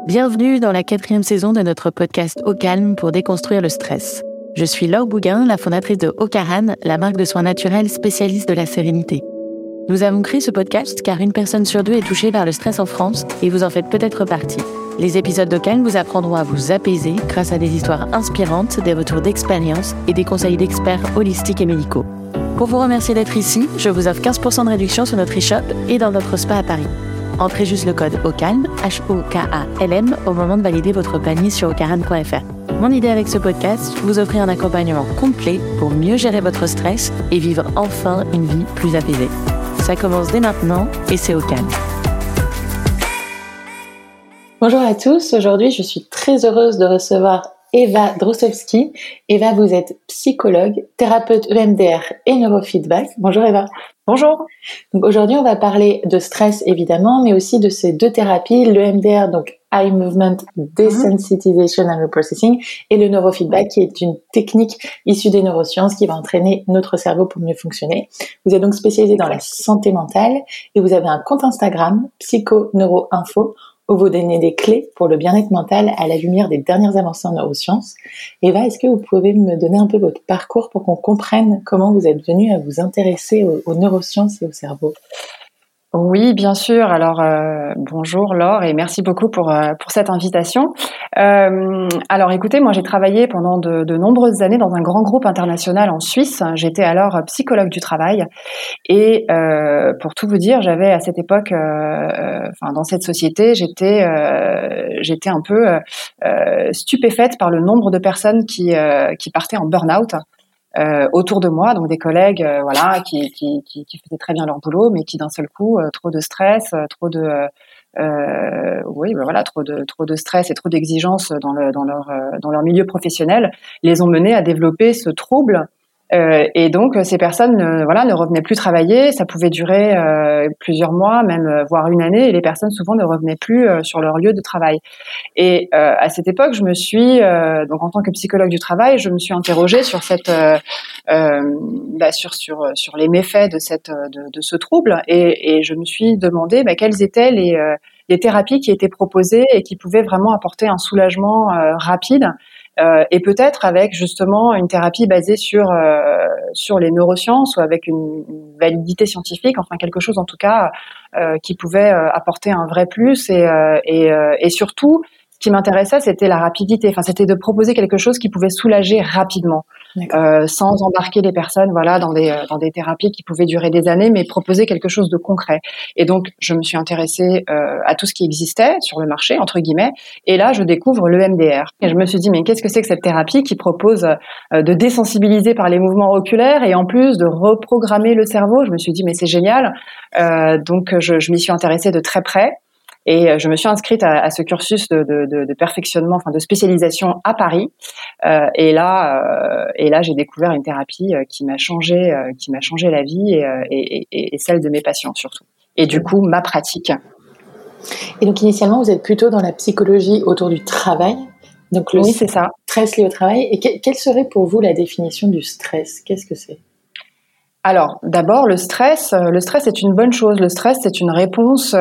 Bienvenue dans la 4e saison de notre podcast Au Calme pour déconstruire le stress. Je suis Laure Bouguin, la fondatrice de Ocaran, la marque de soins naturels spécialiste de la sérénité. Nous avons créé ce podcast car 1 personne sur 2 est touchée par le stress en France et vous en faites peut-être partie. Les épisodes d'Au Calme vous apprendront à vous apaiser grâce à des histoires inspirantes, des retours d'expérience et des conseils d'experts holistiques et médicaux. Pour vous remercier d'être ici, je vous offre 15% de réduction sur notre e-shop et dans notre spa à Paris. Entrez juste le code OCALM, HOKALM, au moment de valider votre panier sur ocaran.fr. Mon idée avec ce podcast, vous offrir un accompagnement complet pour mieux gérer votre stress et vivre enfin une vie plus apaisée. Ça commence dès maintenant et c'est Au Calme. Bonjour à tous, aujourd'hui je suis très heureuse de recevoir Eva Drossowski. Eva, vous êtes psychologue, thérapeute EMDR et neurofeedback. Bonjour Eva. Bonjour. Donc aujourd'hui, on va parler de stress évidemment, mais aussi de ces 2 thérapies, l'EMDR, donc Eye Movement Desensitization and Reprocessing, et le neurofeedback, qui est une technique issue des neurosciences qui va entraîner notre cerveau pour mieux fonctionner. Vous êtes donc spécialisée dans la santé mentale et vous avez un compte Instagram, psychoneuroinfo, où vous donnez des clés pour le bien-être mental à la lumière des dernières avancées en neurosciences. Eva, est-ce que vous pouvez me donner un peu votre parcours pour qu'on comprenne comment vous êtes venue à vous intéresser aux neurosciences et au cerveau ? Oui, bien sûr. Alors, bonjour Laure et merci beaucoup pour cette invitation. Alors, écoutez, moi j'ai travaillé pendant de nombreuses années dans un grand groupe international en Suisse. J'étais alors psychologue du travail et pour tout vous dire, j'avais à cette époque, dans cette société, j'étais un peu stupéfaite par le nombre de personnes qui partaient en burn-out. Autour de moi, donc des collègues, qui faisaient très bien leur boulot, mais qui d'un seul coup, trop de stress, trop de stress et trop d'exigences dans leur milieu professionnel, les ont menés à développer ce trouble. Et donc ces personnes ne revenaient plus travailler. Ça pouvait durer plusieurs mois, même voire une année, et les personnes souvent ne revenaient plus sur leur lieu de travail. Et à cette époque, je me suis donc en tant que psychologue du travail, je me suis interrogée sur cette sur les méfaits de ce trouble, et je me suis demandé quelles étaient les thérapies qui étaient proposées et qui pouvaient vraiment apporter un soulagement rapide. Et peut-être avec justement une thérapie basée sur les neurosciences ou avec une validité scientifique, enfin quelque chose en tout cas qui pouvait apporter un vrai plus, et surtout ce qui m'intéressait, c'était la rapidité. Enfin, c'était de proposer quelque chose qui pouvait soulager rapidement, sans embarquer les personnes, dans des thérapies qui pouvaient durer des années, mais proposer quelque chose de concret. Et donc, je me suis intéressée à tout ce qui existait sur le marché, entre guillemets. Et là, je découvre l'EMDR. Et je me suis dit, mais qu'est-ce que c'est que cette thérapie qui propose de désensibiliser par les mouvements oculaires et en plus de reprogrammer le cerveau? Je me suis dit, mais c'est génial. Donc, je m'y suis intéressée de très près. Et je me suis inscrite à ce cursus de perfectionnement, de spécialisation à Paris. Et là, j'ai découvert une thérapie qui m'a changé la vie et celle de mes patients surtout. Et du coup, ma pratique. Et donc initialement, vous êtes plutôt dans la psychologie autour du travail. Donc oui, c'est ça. Stress lié au travail. Et quelle serait pour vous la définition du stress ? Qu'est-ce que c'est ? Alors, d'abord, le stress est une bonne chose. Le stress, c'est une réponse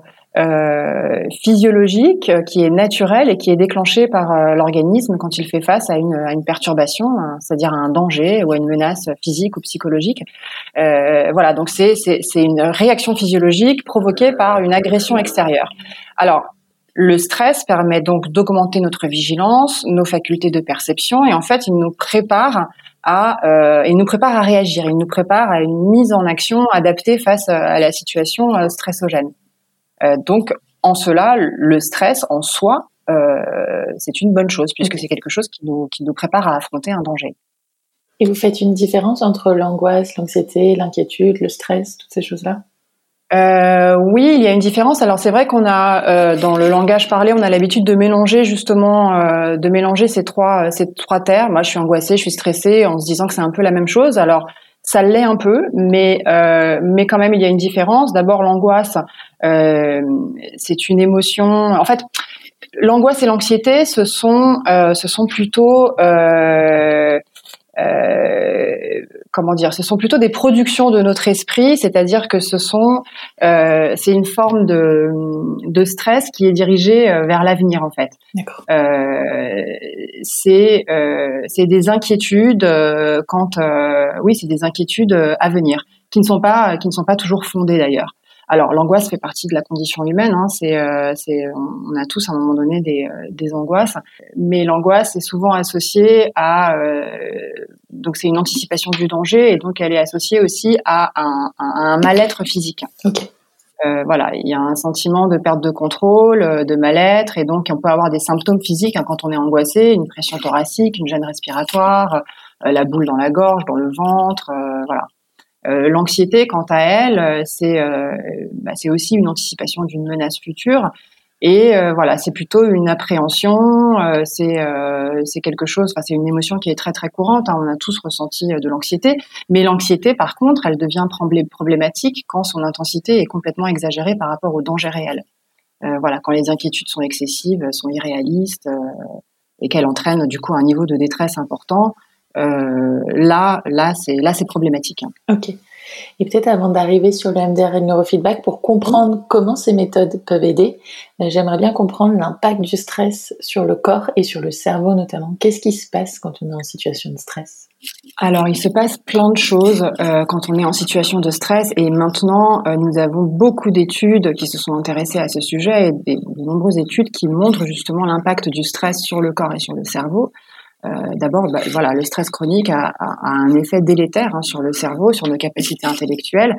physiologique qui est naturelle et qui est déclenchée par l'organisme quand il fait face à une perturbation, c'est-à-dire à un danger ou à une menace physique ou psychologique. Donc c'est une réaction physiologique provoquée par une agression extérieure. Alors, le stress permet donc d'augmenter notre vigilance, nos facultés de perception, et en fait, il nous prépare à réagir, il nous prépare à une mise en action adaptée face à la situation stressogène. Donc, en cela, le stress en soi, c'est une bonne chose puisque c'est quelque chose qui nous prépare à affronter un danger. Et vous faites une différence entre l'angoisse, l'anxiété, l'inquiétude, le stress, toutes ces choses-là ? Oui, il y a une différence. Alors c'est vrai qu'on a dans le langage parlé, on a l'habitude de mélanger justement ces trois termes. Moi, je suis angoissée, je suis stressée, en se disant que c'est un peu la même chose. Alors ça l'est un peu, mais quand même il y a une différence. D'abord, l'angoisse, c'est une émotion. En fait, l'angoisse et l'anxiété, ce sont plutôt comment dire, ce sont plutôt des productions de notre esprit, c'est-à-dire que c'est une forme de stress qui est dirigée vers l'avenir en fait. D'accord. C'est des inquiétudes c'est des inquiétudes à venir qui ne sont pas toujours fondées d'ailleurs. Alors l'angoisse fait partie de la condition humaine, hein, on a tous à un moment donné des angoisses, mais l'angoisse est souvent associée donc c'est une anticipation du danger et donc elle est associée aussi à un mal-être physique. Okay. Voilà, il y a un sentiment de perte de contrôle, de mal-être, et donc on peut avoir des symptômes physiques quand on est angoissé, une pression thoracique, une gêne respiratoire, la boule dans la gorge, dans le ventre, voilà. L'anxiété, quant à elle, c'est aussi une anticipation d'une menace future. Et voilà, c'est plutôt une appréhension, c'est quelque chose, c'est une émotion qui est très très courante, hein, on a tous ressenti de l'anxiété, mais l'anxiété par contre, elle devient problématique quand son intensité est complètement exagérée par rapport au danger réel. Voilà, quand les inquiétudes sont excessives, sont irréalistes et qu'elles entraînent du coup un niveau de détresse important, là c'est problématique. Hein. Ok. Et peut-être avant d'arriver sur le MDR et le neurofeedback, pour comprendre comment ces méthodes peuvent aider, j'aimerais bien comprendre l'impact du stress sur le corps et sur le cerveau notamment. Qu'est-ce qui se passe quand on est en situation de stress ? Alors, il se passe plein de choses quand on est en situation de stress, et maintenant, nous avons beaucoup d'études qui se sont intéressées à ce sujet, et de nombreuses études qui montrent justement l'impact du stress sur le corps et sur le cerveau. D'abord, voilà, le stress chronique a un effet délétère sur le cerveau, sur nos capacités intellectuelles.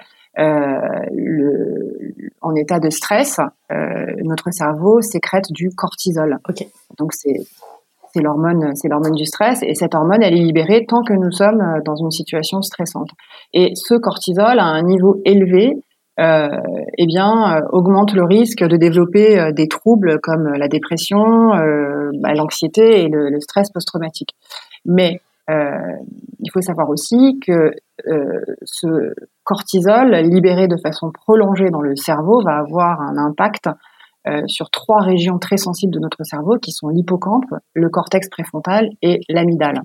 En état de stress, notre cerveau sécrète du cortisol. Okay. Donc c'est l'hormone du stress, et cette hormone, elle est libérée tant que nous sommes dans une situation stressante. Et ce cortisol, à un niveau élevé, augmente le risque de développer des troubles comme la dépression, l'anxiété et le stress post-traumatique. Mais il faut savoir aussi que ce cortisol libéré de façon prolongée dans le cerveau va avoir un impact sur 3 régions très sensibles de notre cerveau qui sont l'hippocampe, le cortex préfrontal et l'amygdale.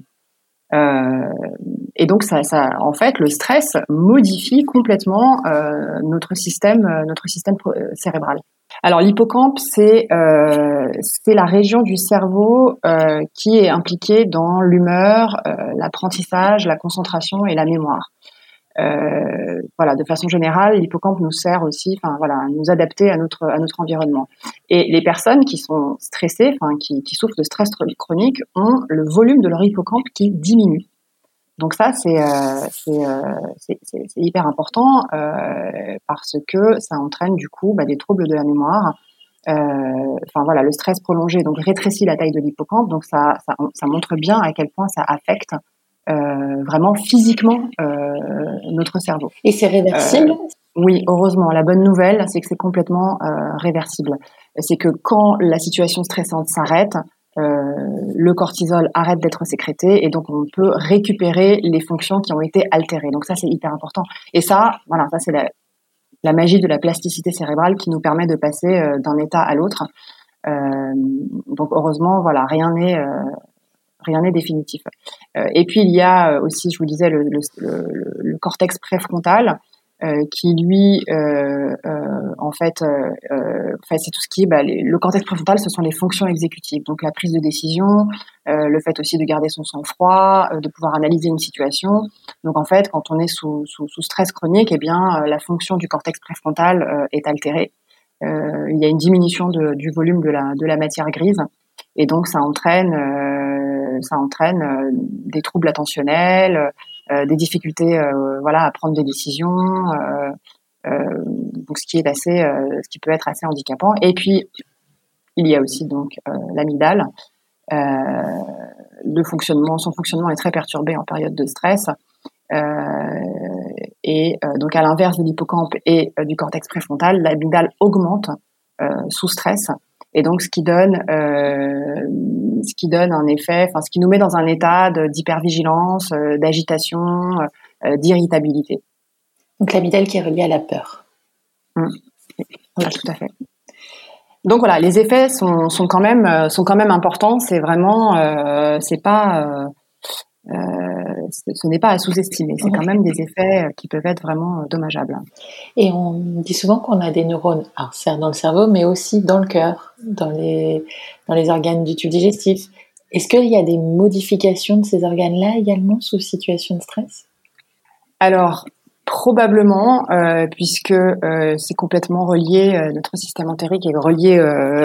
Et donc en fait, le stress modifie complètement notre système cérébral. Alors l'hippocampe, c'est la région du cerveau qui est impliquée dans l'humeur, l'apprentissage, la concentration et la mémoire. Voilà, de façon générale, l'hippocampe nous sert aussi, à nous adapter à notre environnement. Et les personnes qui sont stressées, qui souffrent de stress chronique, ont le volume de leur hippocampe qui diminue. Donc ça, c'est hyper important parce que ça entraîne du coup des troubles de la mémoire. Le stress prolongé donc rétrécit la taille de l'hippocampe, donc ça montre bien à quel point ça affecte vraiment physiquement notre cerveau. Et c'est réversible ? Oui, heureusement. La bonne nouvelle, c'est que c'est complètement réversible. C'est que quand la situation stressante s'arrête, le cortisol arrête d'être sécrété et donc on peut récupérer les fonctions qui ont été altérées. Donc ça, c'est hyper important. Et ça c'est la magie de la plasticité cérébrale qui nous permet de passer d'un état à l'autre. Donc heureusement, voilà, rien n'est définitif. Et puis il y a aussi, je vous disais, le cortex préfrontal qui lui, c'est tout ce qui est le cortex préfrontal, ce sont les fonctions exécutives, donc la prise de décision, le fait aussi de garder son sang-froid, de pouvoir analyser une situation. Donc en fait, quand on est sous stress chronique, la fonction du cortex préfrontal est altérée. Il y a une diminution du volume de la matière grise, et donc ça entraîne des troubles attentionnels, des difficultés à prendre des décisions, donc ce qui peut être assez handicapant. Et puis il y a aussi donc l'amygdale. Son fonctionnement est très perturbé en période de stress. Donc à l'inverse de l'hippocampe et du cortex préfrontal, l'amygdale augmente sous stress, et donc ce qui donne un effet, ce qui nous met dans un état d'hypervigilance, d'agitation, d'irritabilité. Donc l'amygdale qui est reliée à la peur. Oui, tout à fait. Donc voilà, les effets sont quand même importants. C'est vraiment, c'est pas ce n'est pas à sous-estimer. C'est quand même des effets qui peuvent être vraiment dommageables. Et on dit souvent qu'on a des neurones, alors certes dans le cerveau, mais aussi dans le cœur, dans les organes du tube digestif. Est-ce qu'il y a des modifications de ces organes-là également sous situation de stress ? Alors, probablement, puisque c'est complètement relié, notre système entérique est relié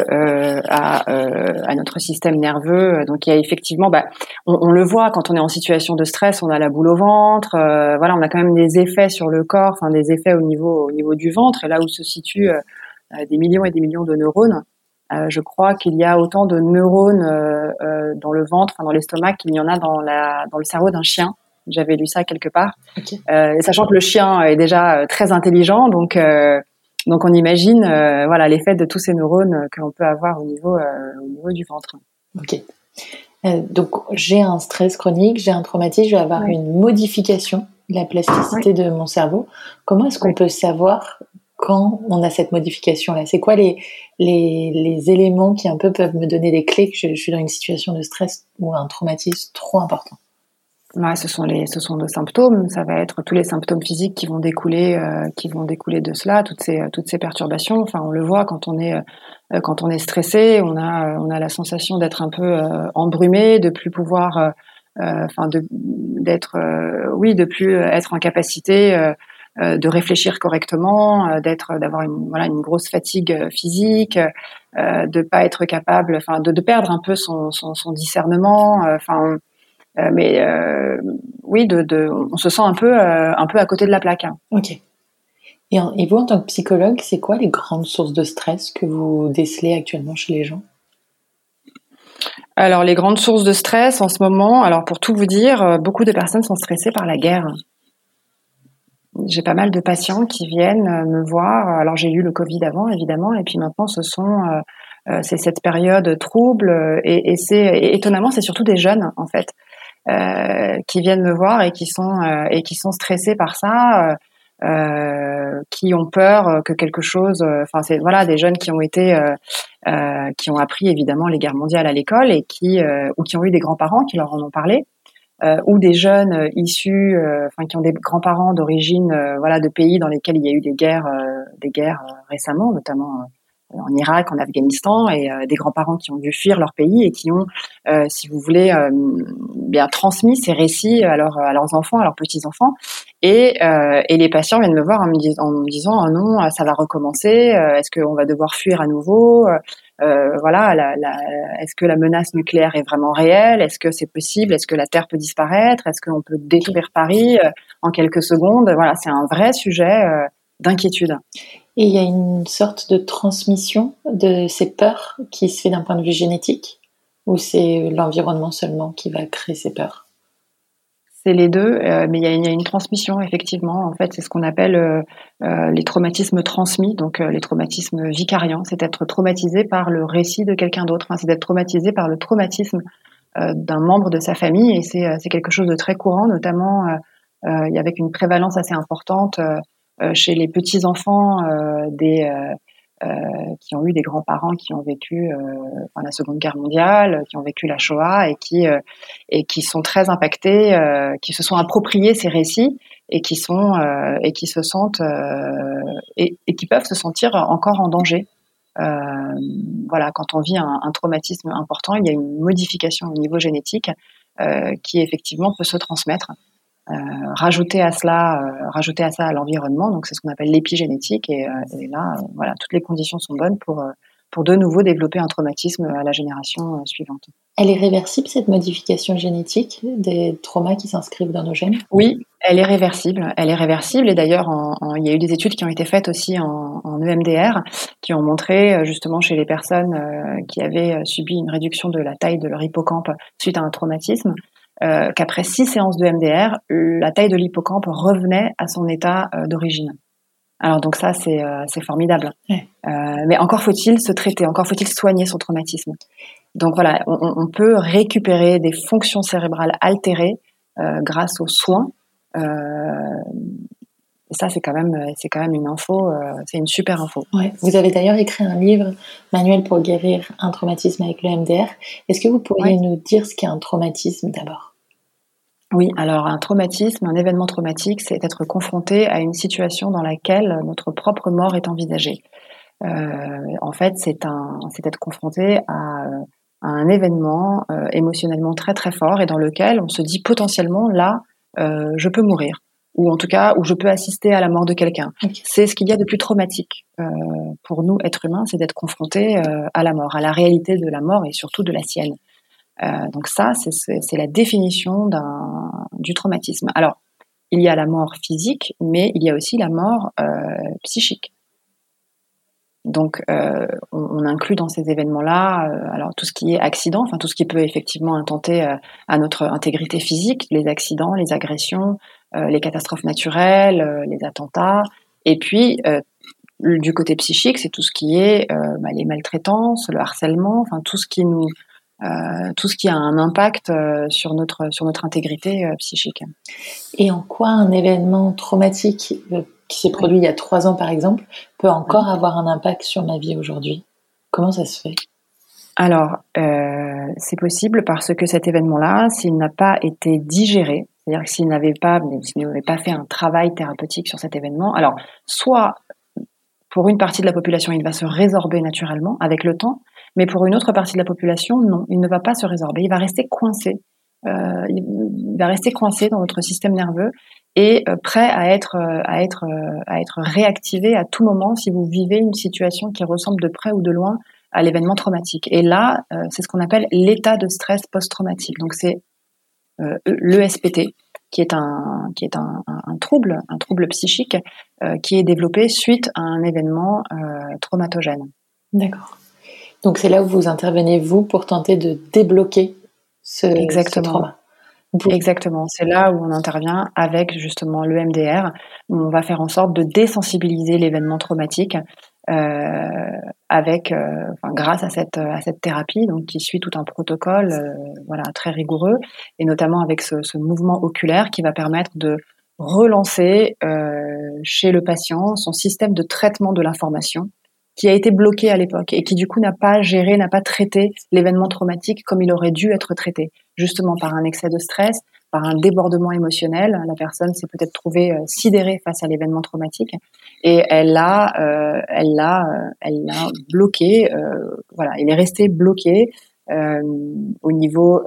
à notre système nerveux. Donc il y a effectivement, on le voit quand on est en situation de stress, on a la boule au ventre. Voilà, on a quand même des effets sur le corps, enfin des effets au niveau du ventre, et là où se situent des millions et des millions de neurones. Je crois qu'il y a autant de neurones dans le ventre, dans l'estomac, qu'il y en a dans le cerveau d'un chien. J'avais lu ça quelque part. Okay. Et sachant que le chien est déjà très intelligent, donc on imagine l'effet de tous ces neurones que l'on peut avoir au niveau du ventre. Ok. Donc j'ai un stress chronique, j'ai un traumatisme, je vais avoir une modification de la plasticité de mon cerveau. Comment est-ce qu'on peut savoir quand on a cette modification-là ? C'est quoi les éléments qui un peu peuvent me donner des clés que je suis dans une situation de stress ou un traumatisme trop important ? Ce sont les symptômes. Ça va être tous les symptômes physiques qui vont découler de cela, toutes ces perturbations. Enfin, on le voit quand on est stressé, on a la sensation d'être un peu embrumé, de plus pouvoir, de plus être en capacité de réfléchir correctement, d'avoir une grosse fatigue physique, de pas être capable, de perdre un peu son discernement, on se sent un peu à côté de la plaque. Ok. Et vous, en tant que psychologue, c'est quoi les grandes sources de stress que vous décelez actuellement chez les gens ? Alors, les grandes sources de stress en ce moment, alors pour tout vous dire, beaucoup de personnes sont stressées par la guerre. J'ai pas mal de patients qui viennent me voir. Alors, j'ai eu le Covid avant, évidemment, et puis maintenant, c'est cette période trouble, et étonnamment, c'est surtout des jeunes, en fait. Qui viennent me voir et qui sont stressés par ça, qui ont peur que quelque chose. C'est des jeunes qui ont appris évidemment les guerres mondiales à l'école et ou qui ont eu des grands-parents qui leur en ont parlé, ou des jeunes issus, qui ont des grands-parents d'origine, de pays dans lesquels il y a eu des guerres récemment, notamment en Irak, en Afghanistan, et des grands-parents qui ont dû fuir leur pays et qui ont, si vous voulez, transmis ces récits à leurs enfants, à leurs petits-enfants. Et les patients viennent me voir en me disant oh non, ça va recommencer, est-ce qu'on va devoir fuir à nouveau, est-ce que la menace nucléaire est vraiment réelle, est-ce que c'est possible, est-ce que la Terre peut disparaître, est-ce qu'on peut détruire Paris en quelques secondes. Voilà, c'est un vrai sujet d'inquiétude. Et il y a une sorte de transmission de ces peurs qui se fait d'un point de vue génétique, ou c'est l'environnement seulement qui va créer ces peurs ? C'est les deux, mais il y a une transmission, effectivement. En fait, c'est ce qu'on appelle les traumatismes transmis, donc les traumatismes vicariants. C'est être traumatisé par le récit de quelqu'un d'autre. C'est d'être traumatisé par le traumatisme d'un membre de sa famille, et c'est quelque chose de très courant, notamment avec une prévalence assez importante chez les petits-enfants qui ont eu des grands-parents qui ont vécu la Seconde Guerre mondiale, qui ont vécu la Shoah, et qui sont très impactés, qui se sont appropriés ces récits et qui se sentent et qui peuvent se sentir encore en danger. Quand on vit un traumatisme important, il y a une modification au niveau génétique qui effectivement peut se transmettre. Rajouter à ça à l'environnement, donc c'est ce qu'on appelle l'épigénétique, et là, toutes les conditions sont bonnes pour de nouveau développer un traumatisme à la génération suivante. Elle est réversible, cette modification génétique des traumas qui s'inscrivent dans nos gènes ? Oui, elle est réversible, et d'ailleurs, il y a eu des études qui ont été faites aussi en EMDR, qui ont montré justement chez les personnes qui avaient subi une réduction de la taille de leur hippocampe suite à un traumatisme, qu'après 6 séances de MDR, la taille de l'hippocampe revenait à son état d'origine. Alors donc ça, c'est formidable. Ouais. Mais encore faut-il se traiter, encore faut-il soigner son traumatisme. Donc voilà, on peut récupérer des fonctions cérébrales altérées grâce aux soins. Et ça, c'est quand même une info, c'est une super info. Ouais. Vous avez d'ailleurs écrit un livre, Manuel pour guérir un traumatisme avec le MDR. Est-ce que vous pourriez nous dire ce qu'est un traumatisme d'abord ? Oui, alors un traumatisme, un événement traumatique, c'est être confronté à une situation dans laquelle notre propre mort est envisagée. En fait, c'est être confronté à un événement émotionnellement très très fort et dans lequel on se dit potentiellement là, je peux mourir, ou en tout cas où je peux assister à la mort de quelqu'un. Ok. C'est ce qu'il y a de plus traumatique pour nous êtres humains, c'est d'être confronté à la mort, à la réalité de la mort et surtout de la sienne. Donc ça, c'est la définition du traumatisme. Alors, il y a la mort physique, mais il y a aussi la mort psychique. Donc, on inclut dans ces événements-là, alors tout ce qui est accident, enfin tout ce qui peut effectivement attenter à notre intégrité physique, les accidents, les agressions, les catastrophes naturelles, les attentats, et puis du côté psychique, c'est tout ce qui est les maltraitances, le harcèlement, enfin tout ce qui a un impact sur notre intégrité psychique. Et en quoi un événement traumatique qui s'est produit il y a 3 ans, par exemple, peut encore avoir un impact sur ma vie aujourd'hui? Comment ça se fait? Alors, c'est possible parce que cet événement-là, s'il n'a pas été digéré, c'est-à-dire que s'il n'avait pas fait un travail thérapeutique sur cet événement, alors soit pour une partie de la population, il va se résorber naturellement avec le temps, mais pour une autre partie de la population, non, il ne va pas se résorber, il va rester coincé. Il va rester coincé dans notre système nerveux et prêt à être réactivé à tout moment si vous vivez une situation qui ressemble de près ou de loin à l'événement traumatique. Et là, c'est ce qu'on appelle l'état de stress post-traumatique. Donc c'est l'ESPT, qui est un trouble psychique qui est développé suite à un événement traumatogène. D'accord. Donc c'est là où vous intervenez, vous, pour tenter de débloquer ce trauma. Exactement, c'est là où on intervient avec justement l'EMDR, où on va faire en sorte de désensibiliser l'événement traumatique grâce à cette thérapie, donc qui suit tout un protocole très rigoureux, et notamment avec ce mouvement oculaire qui va permettre de relancer chez le patient son système de traitement de l'information qui a été bloqué à l'époque et qui du coup n'a pas traité l'événement traumatique comme il aurait dû être traité, justement par un excès de stress, par un débordement émotionnel. La personne s'est peut-être trouvée sidérée face à l'événement traumatique et elle l'a bloqué. Il est resté bloqué au niveau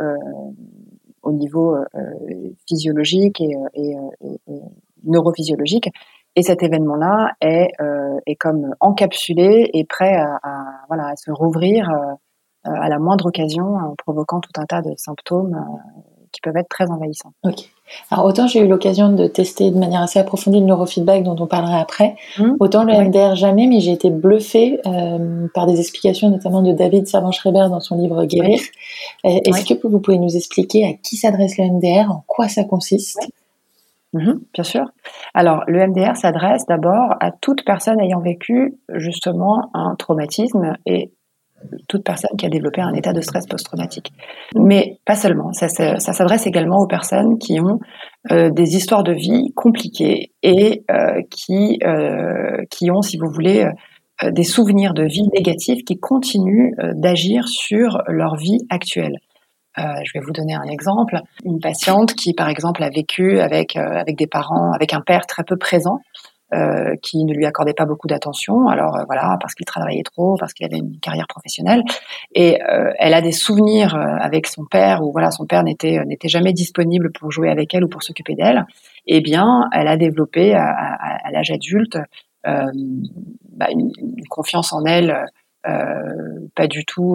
physiologique et neurophysiologique. Et cet événement-là est comme encapsulé et prêt à se rouvrir à la moindre occasion, en provoquant tout un tas de symptômes qui peuvent être très envahissants. Ok. Alors autant j'ai eu l'occasion de tester de manière assez approfondie le neurofeedback dont on parlera après, autant le MDR jamais, mais j'ai été bluffée par des explications notamment de David Servan-Schreiber dans son livre Guérir. Est-ce que vous pouvez nous expliquer à qui s'adresse le MDR, en quoi ça consiste? Bien sûr. Alors, le MDR s'adresse d'abord à toute personne ayant vécu justement un traumatisme et toute personne qui a développé un état de stress post-traumatique. Mais pas seulement, ça s'adresse également aux personnes qui ont des histoires de vie compliquées et qui ont, si vous voulez, des souvenirs de vie négatifs qui continuent d'agir sur leur vie actuelle. Je vais vous donner un exemple. Une patiente qui, par exemple, a vécu avec des parents, avec un père très peu présent, qui ne lui accordait pas beaucoup d'attention. Alors parce qu'il travaillait trop, parce qu'il avait une carrière professionnelle, et elle a des souvenirs avec son père où son père n'était jamais disponible pour jouer avec elle ou pour s'occuper d'elle. Eh bien, elle a développé à l'âge adulte une confiance en elle. Pas du tout,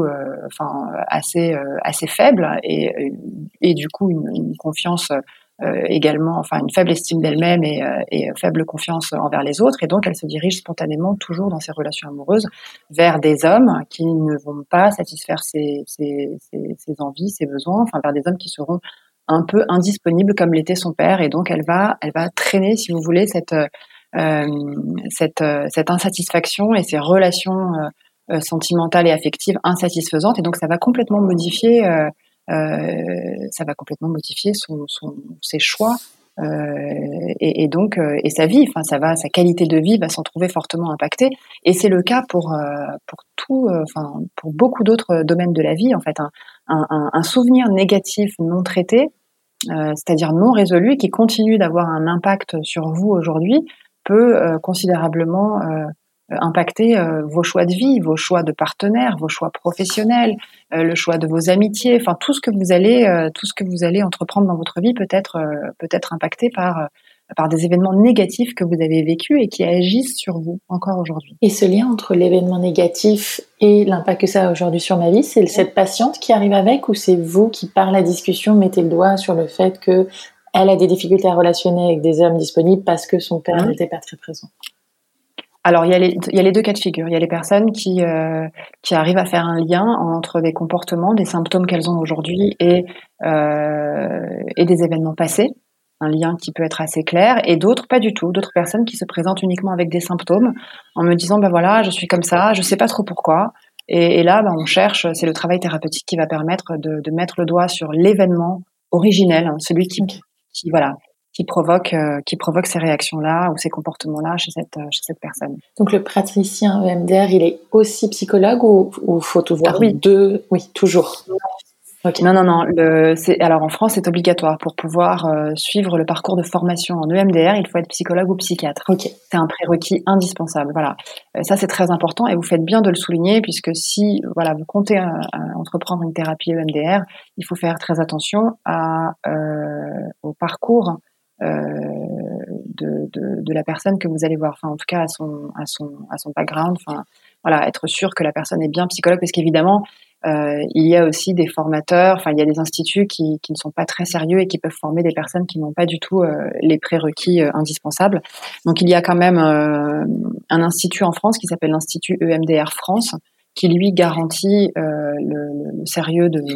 assez faible et du coup une confiance également, une faible estime d'elle-même et faible confiance envers les autres, et donc elle se dirige spontanément toujours dans ses relations amoureuses vers des hommes qui ne vont pas satisfaire ses envies, ses besoins, vers des hommes qui seront un peu indisponibles comme l'était son père, et donc elle va traîner, si vous voulez, cette insatisfaction et ces relations sentimentale et affective insatisfaisante, et donc ça va complètement modifier ses choix et donc sa vie, sa qualité de vie va s'en trouver fortement impactée, et c'est le cas pour beaucoup d'autres domaines de la vie. En fait, un souvenir négatif non traité c'est-à-dire non résolu et qui continue d'avoir un impact sur vous aujourd'hui, peut considérablement impacter vos choix de vie, vos choix de partenaire, vos choix professionnels, le choix de vos amitiés, enfin tout ce que vous allez entreprendre dans votre vie peut être impacté par des événements négatifs que vous avez vécus et qui agissent sur vous encore aujourd'hui. Et ce lien entre l'événement négatif et l'impact que ça a aujourd'hui sur ma vie, c'est cette patiente qui arrive avec, ou c'est vous qui, par la discussion, mettez le doigt sur le fait qu'elle a des difficultés à relationner avec des hommes disponibles parce que son père n'était pas très présent? Alors, il y a les deux cas de figure. Il y a les personnes qui arrivent à faire un lien entre des comportements, des symptômes qu'elles ont aujourd'hui et des événements passés. Un lien qui peut être assez clair, et d'autres pas du tout. D'autres personnes qui se présentent uniquement avec des symptômes en me disant, ben voilà, je suis comme ça, je sais pas trop pourquoi. Et là, on cherche, c'est le travail thérapeutique qui va permettre de mettre le doigt sur l'événement originel, celui qui provoque ces réactions-là ou ces comportements-là chez cette personne. Donc le praticien EMDR, il est aussi psychologue ou faut tout voir? Oui. Oui, toujours. Okay. Non. Alors en France, c'est obligatoire pour pouvoir suivre le parcours de formation en EMDR. Il faut être psychologue ou psychiatre. Okay. C'est un prérequis indispensable. Voilà, ça c'est très important et vous faites bien de le souligner puisque si vous comptez entreprendre une thérapie EMDR, il faut faire très attention au parcours de la personne que vous allez voir. Enfin, en tout cas à son background. Enfin, voilà, être sûr que la personne est bien psychologue parce qu'évidemment. Il y a aussi des formateurs, il y a des instituts qui ne sont pas très sérieux et qui peuvent former des personnes qui n'ont pas du tout les prérequis indispensables. Donc il y a quand même un institut en France qui s'appelle l'Institut EMDR France, qui lui garantit le sérieux de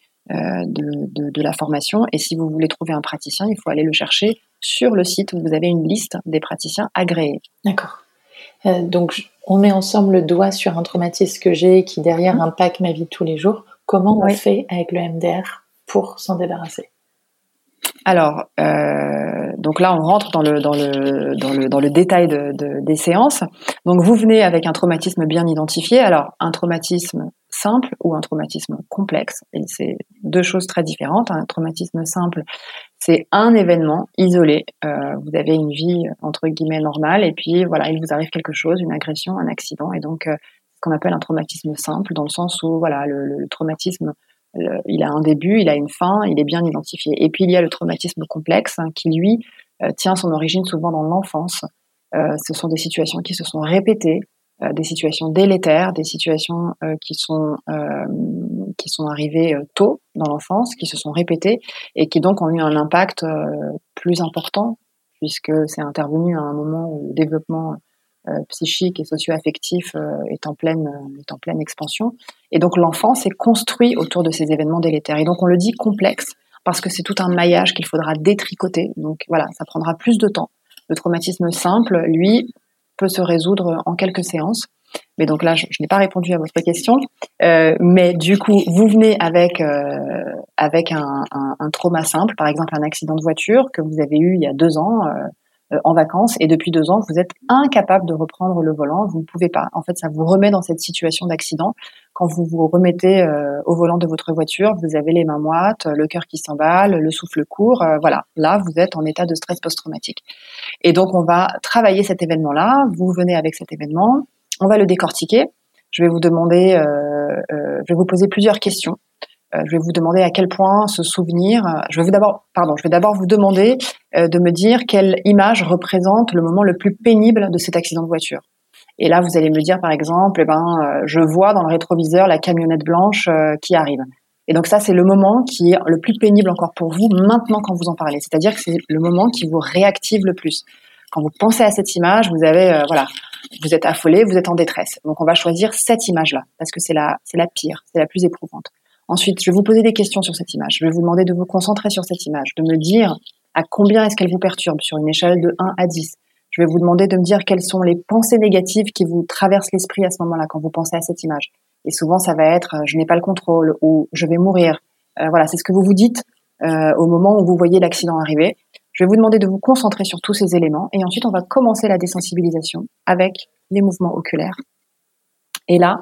la formation. Et si vous voulez trouver un praticien, il faut aller le chercher sur le site où vous avez une liste des praticiens agréés. D'accord. Donc, on met ensemble le doigt sur un traumatisme que j'ai qui derrière impacte ma vie de tous les jours. Comment on fait avec le MDR pour s'en débarrasser? Alors, donc là, on rentre dans le détail des séances. Donc, vous venez avec un traumatisme bien identifié. Alors, un traumatisme simple ou un traumatisme complexe. Et c'est deux choses très différentes. Un traumatisme simple, c'est un événement isolé. Vous avez une vie entre guillemets normale, et puis voilà, il vous arrive quelque chose, une agression, un accident, et donc ce qu'on appelle un traumatisme simple, dans le sens où voilà, le traumatisme, il a un début, il a une fin, il est bien identifié. Et puis il y a le traumatisme complexe qui lui tient son origine souvent dans l'enfance. Ce sont des situations qui se sont répétées, des situations délétères, des situations qui sont arrivées tôt dans l'enfance, qui se sont répétées et qui donc ont eu un impact plus important, puisque c'est intervenu à un moment où le développement psychique et socio-affectif est en pleine expansion. Et donc l'enfant s'est construit autour de ces événements délétères. Et donc on le dit complexe parce que c'est tout un maillage qu'il faudra détricoter. Donc voilà, ça prendra plus de temps. Le traumatisme simple, lui, peut se résoudre en quelques séances. Mais donc là, je n'ai pas répondu à votre question. Mais du coup, vous venez avec un trauma simple, par exemple un accident de voiture que vous avez eu il y a 2 ans en vacances, et depuis 2 ans, vous êtes incapable de reprendre le volant. Vous ne pouvez pas. En fait, ça vous remet dans cette situation d'accident. Quand vous vous remettez au volant de votre voiture, vous avez les mains moites, le cœur qui s'emballe, le souffle court. Voilà, là, vous êtes en état de stress post-traumatique. Et donc, on va travailler cet événement-là. Vous venez avec cet événement. On va le décortiquer. Je vais vous demander, je vais vous poser plusieurs questions. Je vais vous demander à quel point ce souvenir. Je vais d'abord vous demander de me dire quelle image représente le moment le plus pénible de cet accident de voiture. Et là, vous allez me dire, par exemple, je vois dans le rétroviseur la camionnette blanche qui arrive. Et donc ça, c'est le moment qui est le plus pénible encore pour vous maintenant quand vous en parlez. C'est-à-dire que c'est le moment qui vous réactive le plus. Quand vous pensez à cette image, vous avez, vous êtes affolé, vous êtes en détresse. Donc on va choisir cette image-là parce que c'est la pire, c'est la plus éprouvante. Ensuite, je vais vous poser des questions sur cette image. Je vais vous demander de vous concentrer sur cette image, de me dire à combien est-ce qu'elle vous perturbe sur une échelle de 1 à 10. Je vais vous demander de me dire quelles sont les pensées négatives qui vous traversent l'esprit à ce moment-là quand vous pensez à cette image. Et souvent, ça va être « je n'ai pas le contrôle » ou « je vais mourir ». Voilà, c'est ce que vous vous dites au moment où vous voyez l'accident arriver. Je vais vous demander de vous concentrer sur tous ces éléments. Et ensuite, on va commencer la désensibilisation avec les mouvements oculaires. Et là,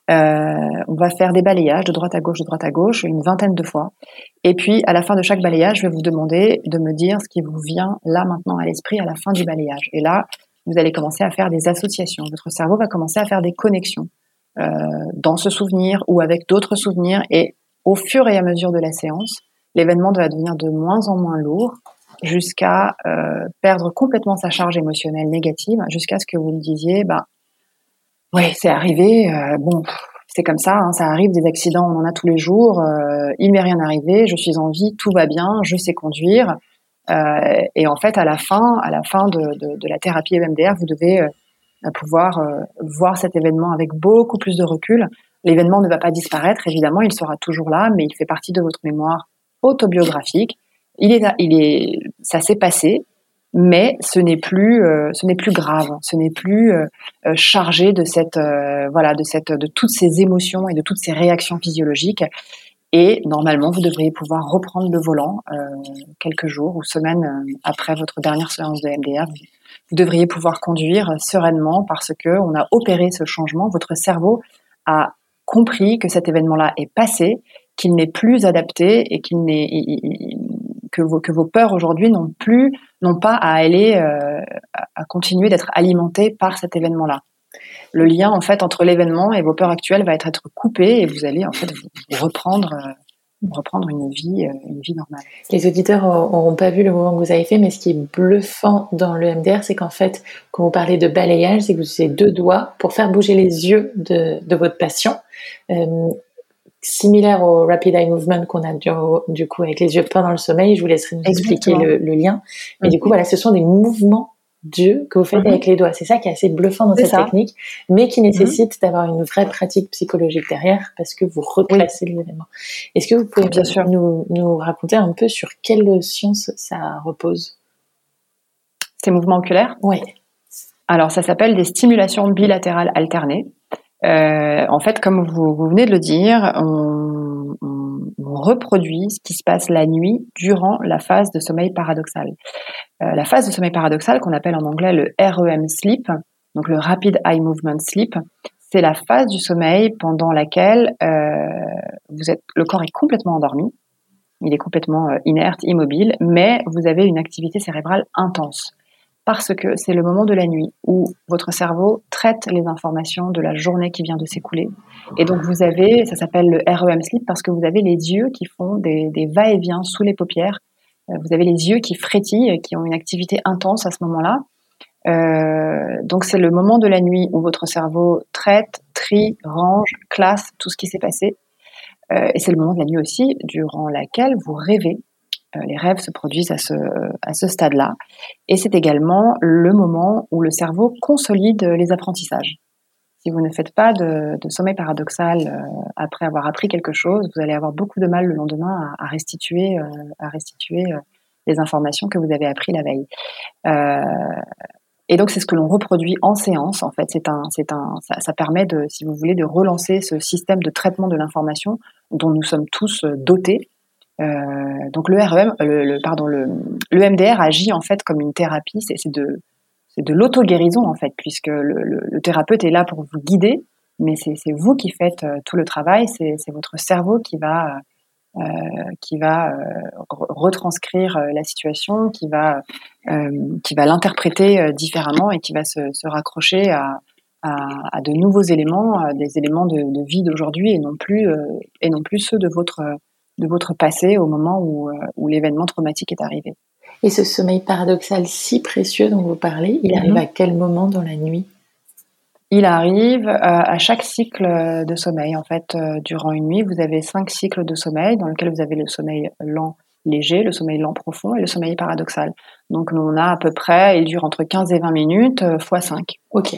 On va faire des balayages de droite à gauche, une vingtaine de fois. Et puis, à la fin de chaque balayage, je vais vous demander de me dire ce qui vous vient là maintenant à l'esprit à la fin du balayage. Et là, vous allez commencer à faire des associations. Votre cerveau va commencer à faire des connexions dans ce souvenir ou avec d'autres souvenirs. Et au fur et à mesure de la séance, l'événement va devenir de moins en moins lourd jusqu'à perdre complètement sa charge émotionnelle négative, jusqu'à ce que vous me disiez, ouais, c'est arrivé, bon, c'est comme ça, hein, ça arrive, des accidents, on en a tous les jours, il m'est rien arrivé, je suis en vie, tout va bien, je sais conduire. Et en fait, à la fin de la thérapie EMDR, vous devez pouvoir voir cet événement avec beaucoup plus de recul. L'événement ne va pas disparaître, évidemment, il sera toujours là, mais il fait partie de votre mémoire autobiographique. Ça s'est passé, mais ce n'est plus grave, ce n'est plus chargé de toutes ces émotions et de toutes ces réactions physiologiques. Et normalement, vous devriez pouvoir reprendre le volant quelques jours ou semaines après votre dernière séance de MDR. Vous devriez pouvoir conduire sereinement parce que on a opéré ce changement. Votre cerveau a compris que cet événement-là est passé, qu'il n'est plus adapté et que vos peurs aujourd'hui n'ont pas à aller à continuer d'être alimentées par cet événement-là. Le lien en fait entre l'événement et vos peurs actuelles va être coupé et vous allez en fait vous reprendre une vie normale. Les auditeurs n'auront pas vu le mouvement que vous avez fait, mais ce qui est bluffant dans le MDR, c'est qu'en fait, quand vous parlez de balayage, c'est que vous utilisez 2 doigts pour faire bouger les yeux de votre patient. Similaire au Rapid Eye Movement qu'on a du coup avec les yeux pendant le sommeil. Je vous laisserai nous expliquer le lien. Mais du coup, voilà, ce sont des mouvements d'yeux que vous faites avec les doigts. C'est ça qui est assez bluffant dans cette technique, mais qui nécessite d'avoir une vraie pratique psychologique derrière parce que vous retracez les éléments. Est-ce que vous pouvez bien sûr nous raconter un peu sur quelle science ça repose? Ces mouvements oculaires? Oui. Alors, ça s'appelle des stimulations bilatérales alternées. En fait, comme vous venez de le dire, on reproduit ce qui se passe la nuit durant la phase de sommeil paradoxal. La phase de sommeil paradoxal, qu'on appelle en anglais le REM sleep, donc le Rapid Eye Movement Sleep, c'est la phase du sommeil pendant laquelle le corps est complètement endormi, il est complètement inerte, immobile, mais vous avez une activité cérébrale intense. Parce que c'est le moment de la nuit où votre cerveau traite les informations de la journée qui vient de s'écouler. Et donc ça s'appelle le REM sleep parce que vous avez les yeux qui font des va-et-vient sous les paupières. Vous avez les yeux qui frétillent, qui ont une activité intense à ce moment-là. Donc c'est le moment de la nuit où votre cerveau traite, trie, range, classe tout ce qui s'est passé. Et c'est le moment de la nuit aussi durant laquelle vous rêvez. Les rêves se produisent à ce stade-là. Et c'est également le moment où le cerveau consolide les apprentissages. Si vous ne faites pas de sommeil paradoxal après avoir appris quelque chose, vous allez avoir beaucoup de mal le lendemain à restituer les informations que vous avez apprises la veille. Et donc c'est ce que l'on reproduit en séance. En fait, ça permet si vous voulez, de relancer ce système de traitement de l'information dont nous sommes tous dotés. Donc le MDR agit en fait comme une thérapie, c'est de l'auto-guérison en fait, puisque le thérapeute est là pour vous guider, mais c'est vous qui faites tout le travail, c'est votre cerveau qui va retranscrire la situation, qui va l'interpréter différemment et qui va se raccrocher à de nouveaux éléments, des éléments de vie d'aujourd'hui et non plus ceux de votre passé au moment où l'événement traumatique est arrivé. Et ce sommeil paradoxal si précieux dont vous parlez, il arrive à quel moment dans la nuit? Il arrive à chaque cycle de sommeil. En fait, durant une nuit, vous avez 5 cycles de sommeil dans lesquels vous avez le sommeil lent léger, le sommeil lent profond et le sommeil paradoxal. Donc on a à peu près, il dure entre 15 et 20 minutes fois 5. Ok.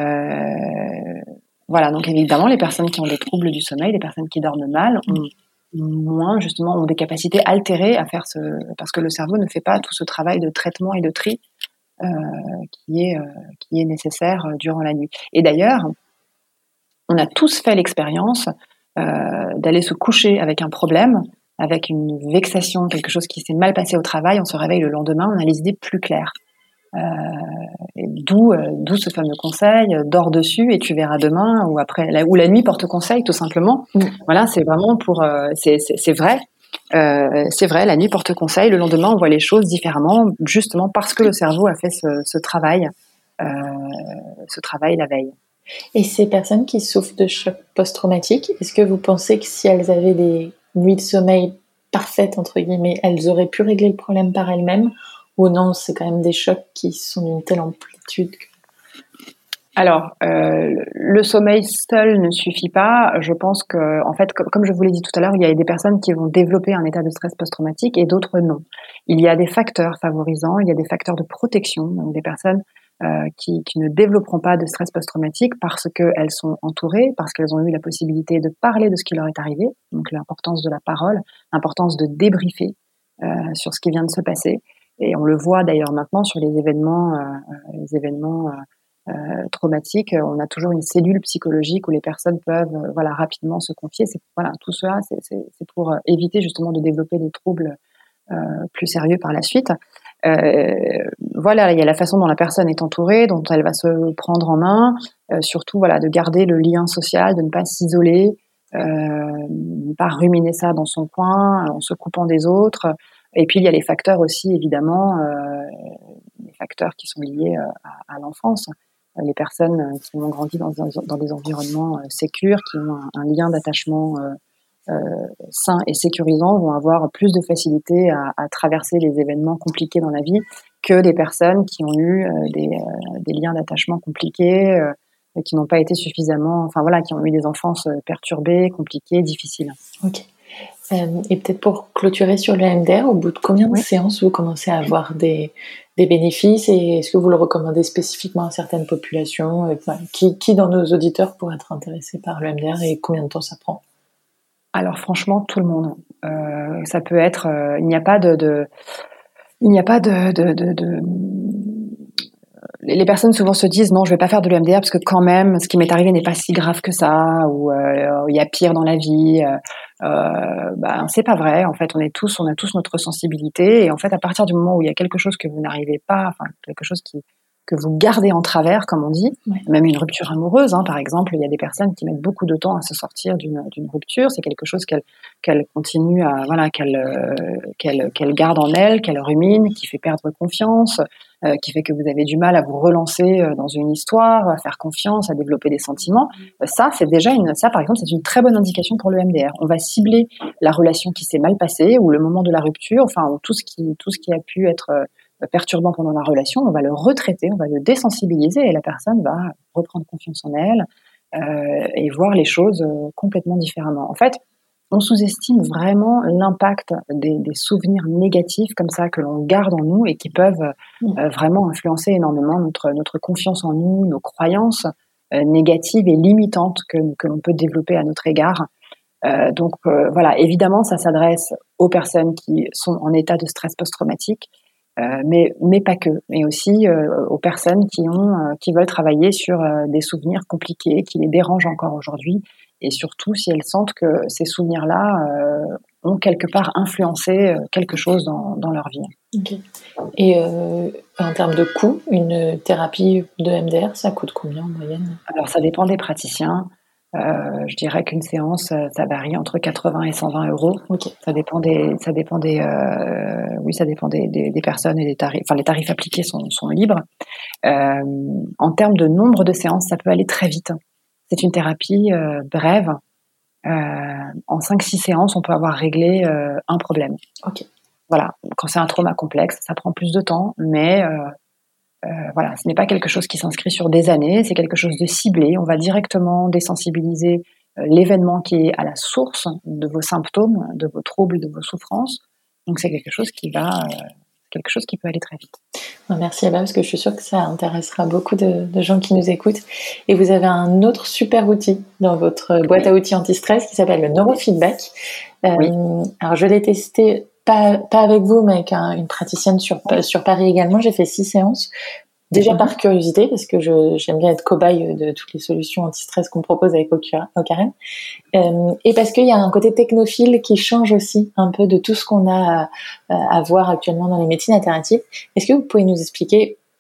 Voilà, donc évidemment, les personnes qui ont des troubles du sommeil, les personnes qui dorment mal, ont des capacités altérées à faire parce que le cerveau ne fait pas tout ce travail de traitement et de tri qui est nécessaire durant la nuit. Et d'ailleurs, on a tous fait l'expérience d'aller se coucher avec un problème, avec une vexation, quelque chose qui s'est mal passé au travail, on se réveille le lendemain, on a les idées plus claires. Et d'où ce fameux conseil, dors dessus et tu verras demain, ou après, ou la nuit porte conseil, tout simplement. Voilà, c'est vraiment c'est vrai. C'est vrai, la nuit porte conseil. Le lendemain, on voit les choses différemment, justement parce que le cerveau a fait ce travail la veille. Et ces personnes qui souffrent de choc post-traumatique, est-ce que vous pensez que si elles avaient des nuits de sommeil parfaites, entre guillemets, elles auraient pu régler le problème par elles-mêmes, ou non, c'est quand même des chocs qui sont d'une telle amplitude que... Alors, le sommeil seul ne suffit pas. Je pense que, en fait, comme je vous l'ai dit tout à l'heure, il y a des personnes qui vont développer un état de stress post-traumatique et d'autres non. Il y a des facteurs favorisants, il y a des facteurs de protection, donc des personnes qui ne développeront pas de stress post-traumatique parce qu'elles sont entourées, parce qu'elles ont eu la possibilité de parler de ce qui leur est arrivé, donc l'importance de la parole, l'importance de débriefer sur ce qui vient de se passer. Et on le voit d'ailleurs maintenant sur les événements traumatiques. On a toujours une cellule psychologique où les personnes peuvent rapidement se confier. Tout cela, c'est pour éviter justement de développer des troubles plus sérieux par la suite. Il y a la façon dont la personne est entourée, dont elle va se prendre en main, surtout de garder le lien social, de ne pas s'isoler, ne pas ruminer ça dans son coin en se coupant des autres. Et puis il y a les facteurs aussi, évidemment, les facteurs qui sont liés à l'enfance. Les personnes qui ont grandi dans des environnements sécures, qui ont un lien d'attachement sains et sécurisants, vont avoir plus de facilité à traverser les événements compliqués dans la vie que des personnes qui ont eu des liens d'attachement compliqués, qui n'ont pas été suffisamment, qui ont eu des enfances perturbées, compliquées, difficiles. Ok. Et peut-être pour clôturer sur le MDR, au bout de combien de séances vous commencez à avoir des bénéfices, et est-ce que vous le recommandez spécifiquement à certaines populations? Qui dans nos auditeurs pourrait être intéressé par le MDR et combien de temps ça prend? Alors franchement, tout le monde. Ça peut être, il n'y a pas les personnes souvent se disent non, je vais pas faire de l'EMDR parce que quand même, ce qui m'est arrivé n'est pas si grave que ça, ou il y a pire dans la vie. C'est pas vrai. En fait, on a tous notre sensibilité, et en fait, à partir du moment où il y a quelque chose que vous n'arrivez pas, quelque chose que vous gardez en travers, comme on dit, même une rupture amoureuse, par exemple, il y a des personnes qui mettent beaucoup de temps à se sortir d'une rupture. C'est quelque chose qu'elle continue à qu'elle garde en elle, qu'elle rumine, qui fait perdre confiance, qui fait que vous avez du mal à vous relancer dans une histoire, à faire confiance, à développer des sentiments. Ça par exemple, c'est une très bonne indication pour le MDR. On va cibler la relation qui s'est mal passée, ou le moment de la rupture, ou tout ce qui a pu être perturbant pendant la relation. On va le retraiter, on va le désensibiliser, et la personne va reprendre confiance en elle et voir les choses complètement différemment. En fait, on sous-estime vraiment l'impact des souvenirs négatifs comme ça que l'on garde en nous et qui peuvent vraiment influencer énormément notre confiance en nous, nos croyances négatives et limitantes que l'on peut développer à notre égard. Évidemment, ça s'adresse aux personnes qui sont en état de stress post-traumatique, mais pas que, mais aussi aux personnes qui veulent travailler sur des souvenirs compliqués, qui les dérangent encore aujourd'hui, et surtout si elles sentent que ces souvenirs-là ont quelque part influencé quelque chose dans leur vie. Okay. Et en termes de coût, une thérapie de MDR, ça coûte combien en moyenne? Alors ça dépend des praticiens. Je dirais qu'une séance, ça varie entre 80 et 120 euros. Okay. Ça dépend des personnes et des tarifs. Enfin, les tarifs appliqués sont libres. En termes de nombre de séances, ça peut aller très vite. C'est une thérapie brève. En 5-6 séances, on peut avoir réglé un problème. Okay. Voilà. Quand c'est un trauma complexe, ça prend plus de temps, mais ce n'est pas quelque chose qui s'inscrit sur des années, c'est quelque chose de ciblé. On va directement désensibiliser l'événement qui est à la source de vos symptômes, de vos troubles, de vos souffrances. Donc c'est quelque chose qui peut aller très vite. Merci Eva, parce que je suis sûre que ça intéressera beaucoup de gens qui nous écoutent. Et vous avez un autre super outil dans votre boîte à outils anti-stress qui s'appelle le neurofeedback. Alors je l'ai testé pas avec vous, mais avec une praticienne sur Paris également. J'ai fait 6 séances. Déjà par curiosité, parce que j'aime bien être cobaye de toutes les solutions anti-stress qu'on propose avec Ocaran. Et parce qu'il y a un côté technophile qui change aussi un peu de tout ce qu'on a à voir actuellement dans les médecines alternatives. Est-ce que vous pouvez nous expliquer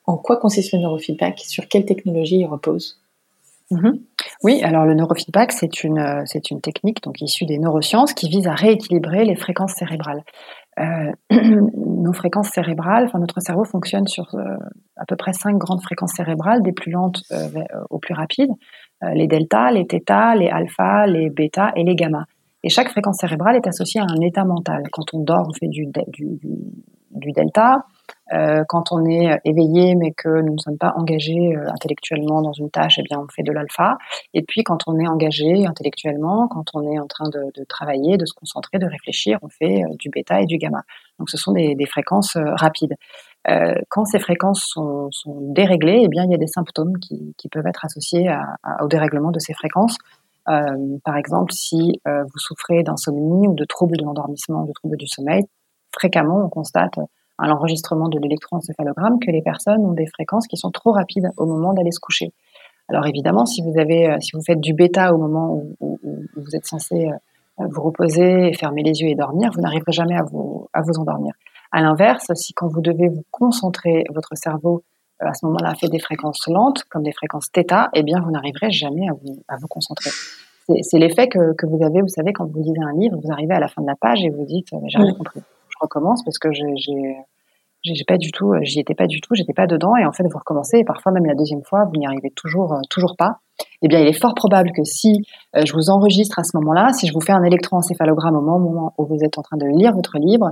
En quoi consiste le neurofeedback? Sur quelle technologie il repose? Oui, alors le neurofeedback, c'est une technique donc issue des neurosciences qui vise à rééquilibrer les fréquences cérébrales. Nos fréquences cérébrales, enfin notre cerveau fonctionne sur à peu près 5 grandes fréquences cérébrales, des plus lentes aux plus rapides, les delta, les theta, les alpha, les bêta et les gamma. Et chaque fréquence cérébrale est associée à un état mental. Quand on dort, on fait du delta. Quand on est éveillé mais que nous ne sommes pas engagés intellectuellement dans une tâche, eh bien on fait de l'alpha. Et puis quand on est engagé intellectuellement, quand on est en train de travailler, de se concentrer, de réfléchir, on fait du bêta et du gamma. Donc ce sont des fréquences rapides. Quand ces fréquences sont déréglées, eh bien il y a des symptômes qui peuvent être associés au dérèglement de ces fréquences. Par exemple, si vous souffrez d'insomnie ou de troubles de l'endormissement, de troubles du sommeil, fréquemment on constate à l'enregistrement de l'électroencéphalogramme que les personnes ont des fréquences qui sont trop rapides au moment d'aller se coucher. Alors évidemment, si vous faites du bêta au moment où vous êtes censé vous reposer et fermer les yeux et dormir, vous n'arriverez jamais à vous endormir. À l'inverse, si quand vous devez vous concentrer, votre cerveau à ce moment-là fait des fréquences lentes, comme des fréquences θ, eh bien vous n'arriverez jamais à vous concentrer. C'est l'effet que vous avez, vous savez, quand vous lisez un livre, vous arrivez à la fin de la page et vous dites j'ai rien compris. Je recommence parce que j'ai pas du tout, j'y étais pas du tout, j'étais pas dedans, et en fait vous recommencez et parfois même la deuxième fois vous n'y arrivez toujours pas. Eh bien il est fort probable que si je vous enregistre à ce moment-là, si je vous fais un électroencéphalogramme au moment où vous êtes en train de lire votre livre,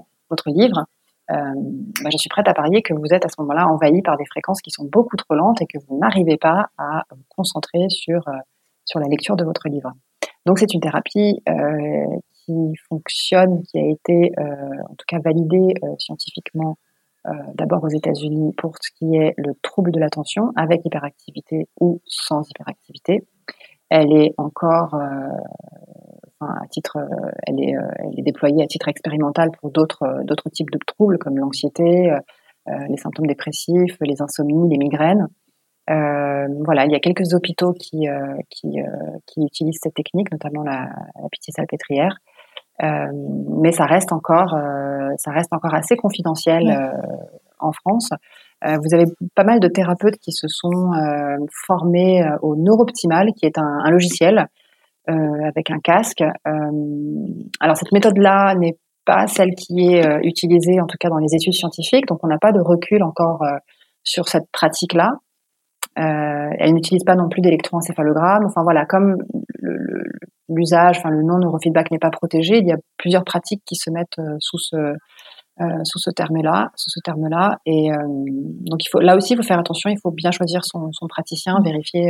je suis prête à parier que vous êtes à ce moment-là envahi par des fréquences qui sont beaucoup trop lentes et que vous n'arrivez pas à vous concentrer sur la lecture de votre livre. Donc c'est une thérapie qui fonctionne, qui a été en tout cas validée scientifiquement d'abord aux États-Unis pour ce qui est le trouble de l'attention avec hyperactivité ou sans hyperactivité. Elle est encore elle est déployée à titre expérimental pour d'autres types de troubles comme l'anxiété, les symptômes dépressifs, les insomnies, les migraines. Il y a quelques hôpitaux qui utilisent cette technique, notamment la Pitié-Salpêtrière. Mais ça reste encore assez confidentiel en France. Vous avez pas mal de thérapeutes qui se sont formés au Neuroptimal, qui est un logiciel avec un casque. Alors cette méthode-là n'est pas celle qui est utilisée, en tout cas dans les études scientifiques, donc on n'a pas de recul encore sur cette pratique-là. Elle n'utilise pas non plus d'électroencéphalogramme. Enfin voilà, comme l'usage, le non-neurofeedback n'est pas protégé, il y a plusieurs pratiques qui se mettent sous ce terme-là. Et donc là aussi, il faut faire attention. Il faut bien choisir son praticien, vérifier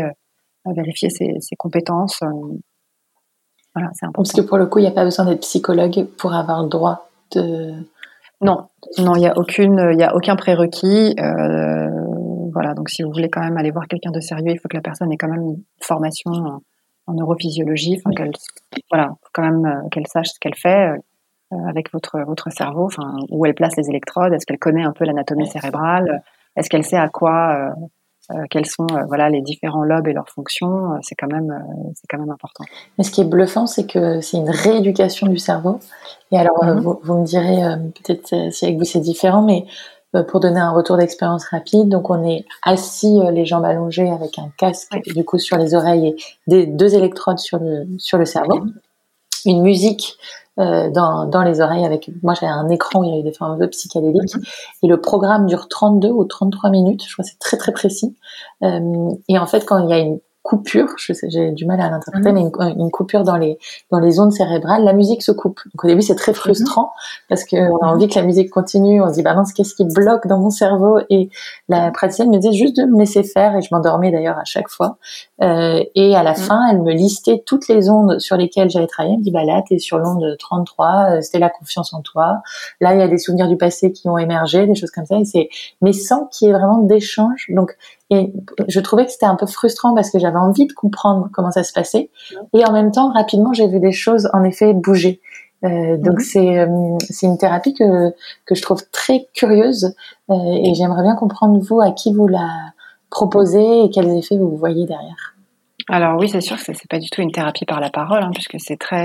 ses compétences. Voilà, c'est important. Parce que pour le coup, il n'y a pas besoin d'être psychologue pour avoir le droit de... Non, il n'y a aucun prérequis. Voilà, donc si vous voulez quand même aller voir quelqu'un de sérieux, il faut que la personne ait quand même une formation en neurophysiologie, faut quand même qu'elle sache ce qu'elle fait avec votre cerveau, où elle place les électrodes, est-ce qu'elle connaît un peu l'anatomie cérébrale, est-ce qu'elle sait à quoi quels sont les différents lobes et leurs fonctions, c'est quand même important. Mais ce qui est bluffant, c'est que c'est une rééducation du cerveau. Et alors, vous me direz peut-être si avec vous c'est différent, mais pour donner un retour d'expérience rapide, donc on est assis les jambes allongées avec un casque du coup sur les oreilles et des 2 électrodes sur le cerveau, une musique dans les oreilles moi j'avais un écran où il y avait des formes un peu psychédéliques et le programme dure 32 ou 33 minutes, je crois que c'est très très précis, et en fait quand il y a une coupure, j'ai du mal à l'interpréter, mais une coupure dans les ondes cérébrales, la musique se coupe. Donc au début c'est très frustrant parce que on a envie que la musique continue, on se dit bah mince, qu'est-ce qui bloque dans mon cerveau, et la praticienne me disait juste de me laisser faire, et je m'endormais d'ailleurs à chaque fois, et à la fin elle me listait toutes les ondes sur lesquelles j'avais travaillé. Elle me dit bah là t'es sur l'onde 33, c'était la confiance en toi, là il y a des souvenirs du passé qui ont émergé, des choses comme ça, mais sans qu'il y ait vraiment d'échange. Donc et je trouvais que c'était un peu frustrant parce que j'avais envie de comprendre comment ça se passait, et en même temps rapidement j'ai vu des choses en effet bouger. Donc c'est une thérapie que je trouve très curieuse, et j'aimerais bien comprendre vous à qui vous la proposez et quels effets vous voyez derrière. Alors oui, c'est sûr que c'est pas du tout une thérapie par la parole, hein, puisque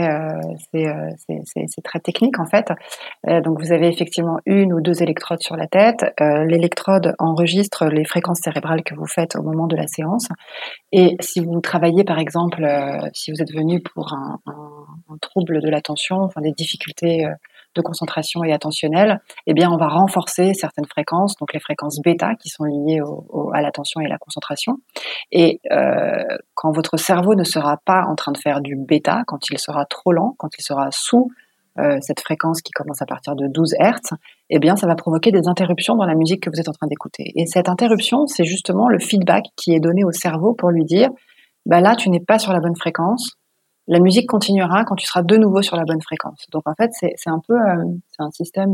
c'est très technique en fait. Donc vous avez effectivement 1 ou 2 électrodes sur la tête. L'électrode enregistre les fréquences cérébrales que vous faites au moment de la séance. Et si vous travaillez par exemple, si vous êtes venu pour un trouble de l'attention, enfin des difficultés de concentration et attentionnelles, eh bien on va renforcer certaines fréquences, donc les fréquences bêta qui sont liées à l'attention et à la concentration. Et quand votre cerveau ne sera pas en train de faire du bêta, quand il sera trop lent, quand il sera sous cette fréquence qui commence à partir de 12 Hertz, eh bien, ça va provoquer des interruptions dans la musique que vous êtes en train d'écouter. Et cette interruption, c'est justement le feedback qui est donné au cerveau pour lui dire, bah là, tu n'es pas sur la bonne fréquence. La musique continuera quand tu seras de nouveau sur la bonne fréquence. Donc en fait, c'est un peu, c'est un système